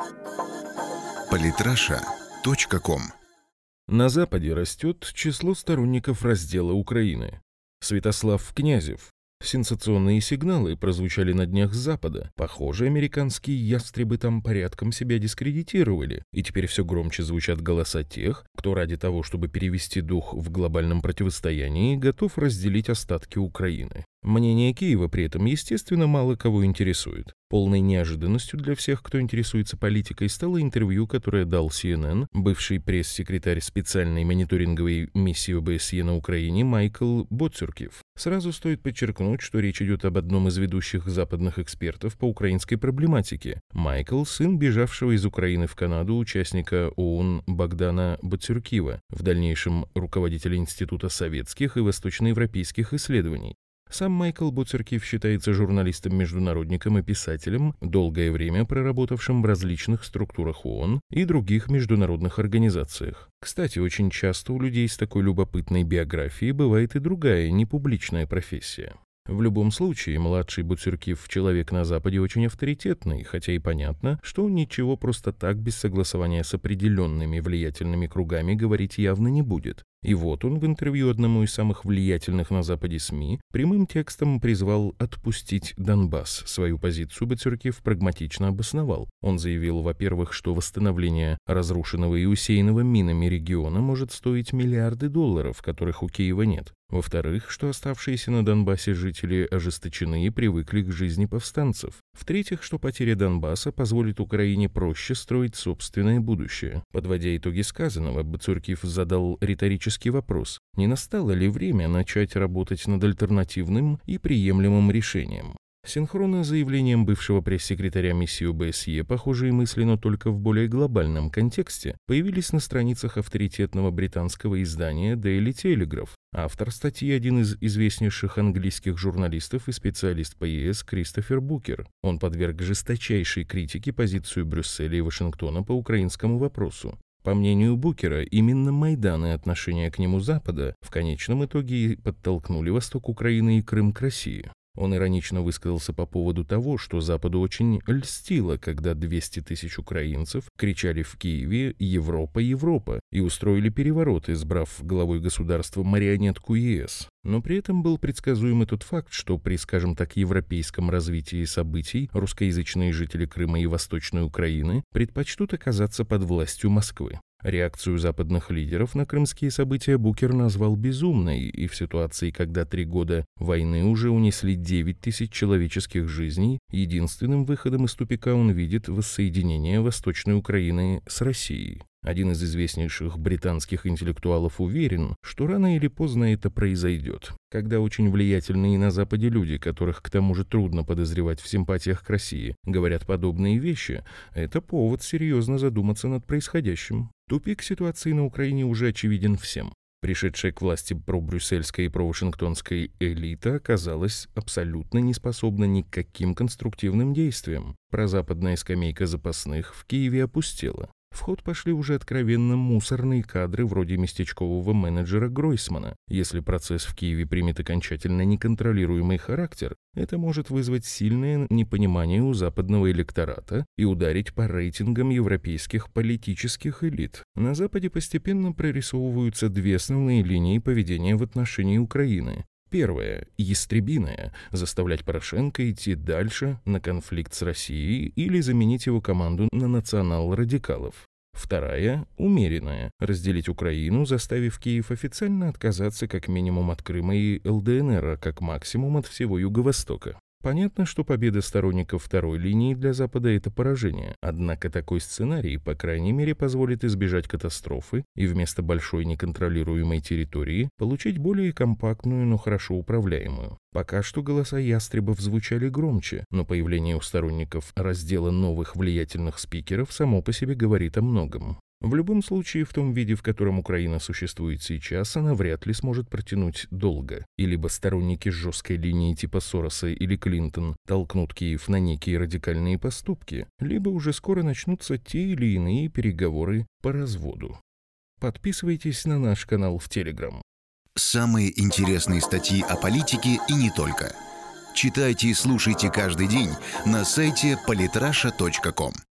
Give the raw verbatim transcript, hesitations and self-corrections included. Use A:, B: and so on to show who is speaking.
A: политраша точка ком.
B: На Западе растет число сторонников раздела Украины. Святослав Князев. Сенсационные сигналы прозвучали на днях с Запада. Похоже, американские ястребы там порядком себя дискредитировали, и теперь все громче звучат голоса тех, кто ради того, чтобы перевести дух в глобальном противостоянии, готов разделить остатки Украины. Мнение Киева при этом, естественно, мало кого интересует. Полной неожиданностью для всех, кто интересуется политикой, стало интервью, которое дал си эн эн бывший пресс-секретарь специальной мониторинговой миссии о бэ эс е на Украине Майкл Боцюркив. Сразу стоит подчеркнуть, что речь идет об одном из ведущих западных экспертов по украинской проблематике. Майкл – сын бежавшего из Украины в Канаду участника о о эн Богдана Боцюркива, в дальнейшем руководителя Института советских и восточноевропейских исследований. Сам Майкл Боцюркив считается журналистом-международником и писателем, долгое время проработавшим в различных структурах о о эн и других международных организациях. Кстати, очень часто у людей с такой любопытной биографией бывает и другая, непубличная профессия. В любом случае, младший Боцюркив человек на Западе очень авторитетный, хотя и понятно, что он ничего просто так без согласования с определенными влиятельными кругами говорить явно не будет. И вот он в интервью одному из самых влиятельных на Западе СМИ прямым текстом призвал отпустить Донбасс. Свою позицию Боцюркив прагматично обосновал. Он заявил, во-первых, что восстановление разрушенного и усеянного минами региона может стоить миллиарды долларов, которых у Киева нет. Во-вторых, что оставшиеся на Донбассе жители ожесточены и привыкли к жизни повстанцев. В-третьих, что потеря Донбасса позволит Украине проще строить собственное будущее. Подводя итоги сказанного, Боцюркив задал риторический вопрос: не настало ли время начать работать над альтернативным и приемлемым решением? Синхронно с заявлением бывшего пресс-секретаря миссии о бэ эс е похожие мысли, но только в более глобальном контексте, появились на страницах авторитетного британского издания Daily Telegraph. Автор статьи – один из известнейших английских журналистов и специалист по е эс Кристофер Букер. Он подверг жесточайшей критике позицию Брюсселя и Вашингтона по украинскому вопросу. По мнению Букера, именно Майдан и отношение к нему Запада в конечном итоге подтолкнули восток Украины и Крым к России. Он иронично высказался по поводу того, что Западу очень льстило, когда двести тысяч украинцев кричали в Киеве «Европа, Европа» и устроили переворот, избрав главой государства марионетку е эс. Но при этом был предсказуем и тот факт, что при, скажем так, европейском развитии событий русскоязычные жители Крыма и Восточной Украины предпочтут оказаться под властью Москвы. Реакцию западных лидеров на крымские события Букер назвал безумной, и в ситуации, когда три года войны уже унесли девять тысяч человеческих жизней, единственным выходом из тупика он видит воссоединение Восточной Украины с Россией. Один из известнейших британских интеллектуалов уверен, что рано или поздно это произойдет, когда очень влиятельные на Западе люди, которых к тому же трудно подозревать в симпатиях к России, говорят подобные вещи, это повод серьезно задуматься над происходящим. Тупик ситуации на Украине уже очевиден всем. Пришедшая к власти пробрюссельская и провашингтонская элита оказалась абсолютно не способна ни к каким конструктивным действиям. Прозападная скамейка запасных в Киеве опустела. В ход пошли уже откровенно мусорные кадры вроде местечкового менеджера Гройсмана. Если процесс в Киеве примет окончательно неконтролируемый характер, это может вызвать сильное непонимание у западного электората и ударить по рейтингам европейских политических элит. На Западе постепенно прорисовываются две основные линии поведения в отношении Украины. Первая – ястребиная – заставлять Порошенко идти дальше на конфликт с Россией или заменить его команду на национал-радикалов. Вторая – умеренная – разделить Украину, заставив Киев официально отказаться как минимум от Крыма и эл дэ эн эр, а как максимум от всего Юго-Востока. Понятно, что победа сторонников второй линии для Запада – это поражение. Однако такой сценарий, по крайней мере, позволит избежать катастрофы и вместо большой неконтролируемой территории получить более компактную, но хорошо управляемую. Пока что голоса ястребов звучали громче, но появление у сторонников раздела новых влиятельных спикеров само по себе говорит о многом. В любом случае, в том виде, в котором Украина существует сейчас, она вряд ли сможет протянуть долго. И либо сторонники жесткой линии типа Сороса или Клинтон толкнут Киев на некие радикальные поступки, либо уже скоро начнутся те или иные переговоры по разводу. Подписывайтесь на наш канал в Telegram.
A: Самые интересные статьи о политике и не только. Читайте и слушайте каждый день на сайте политраша точка ком.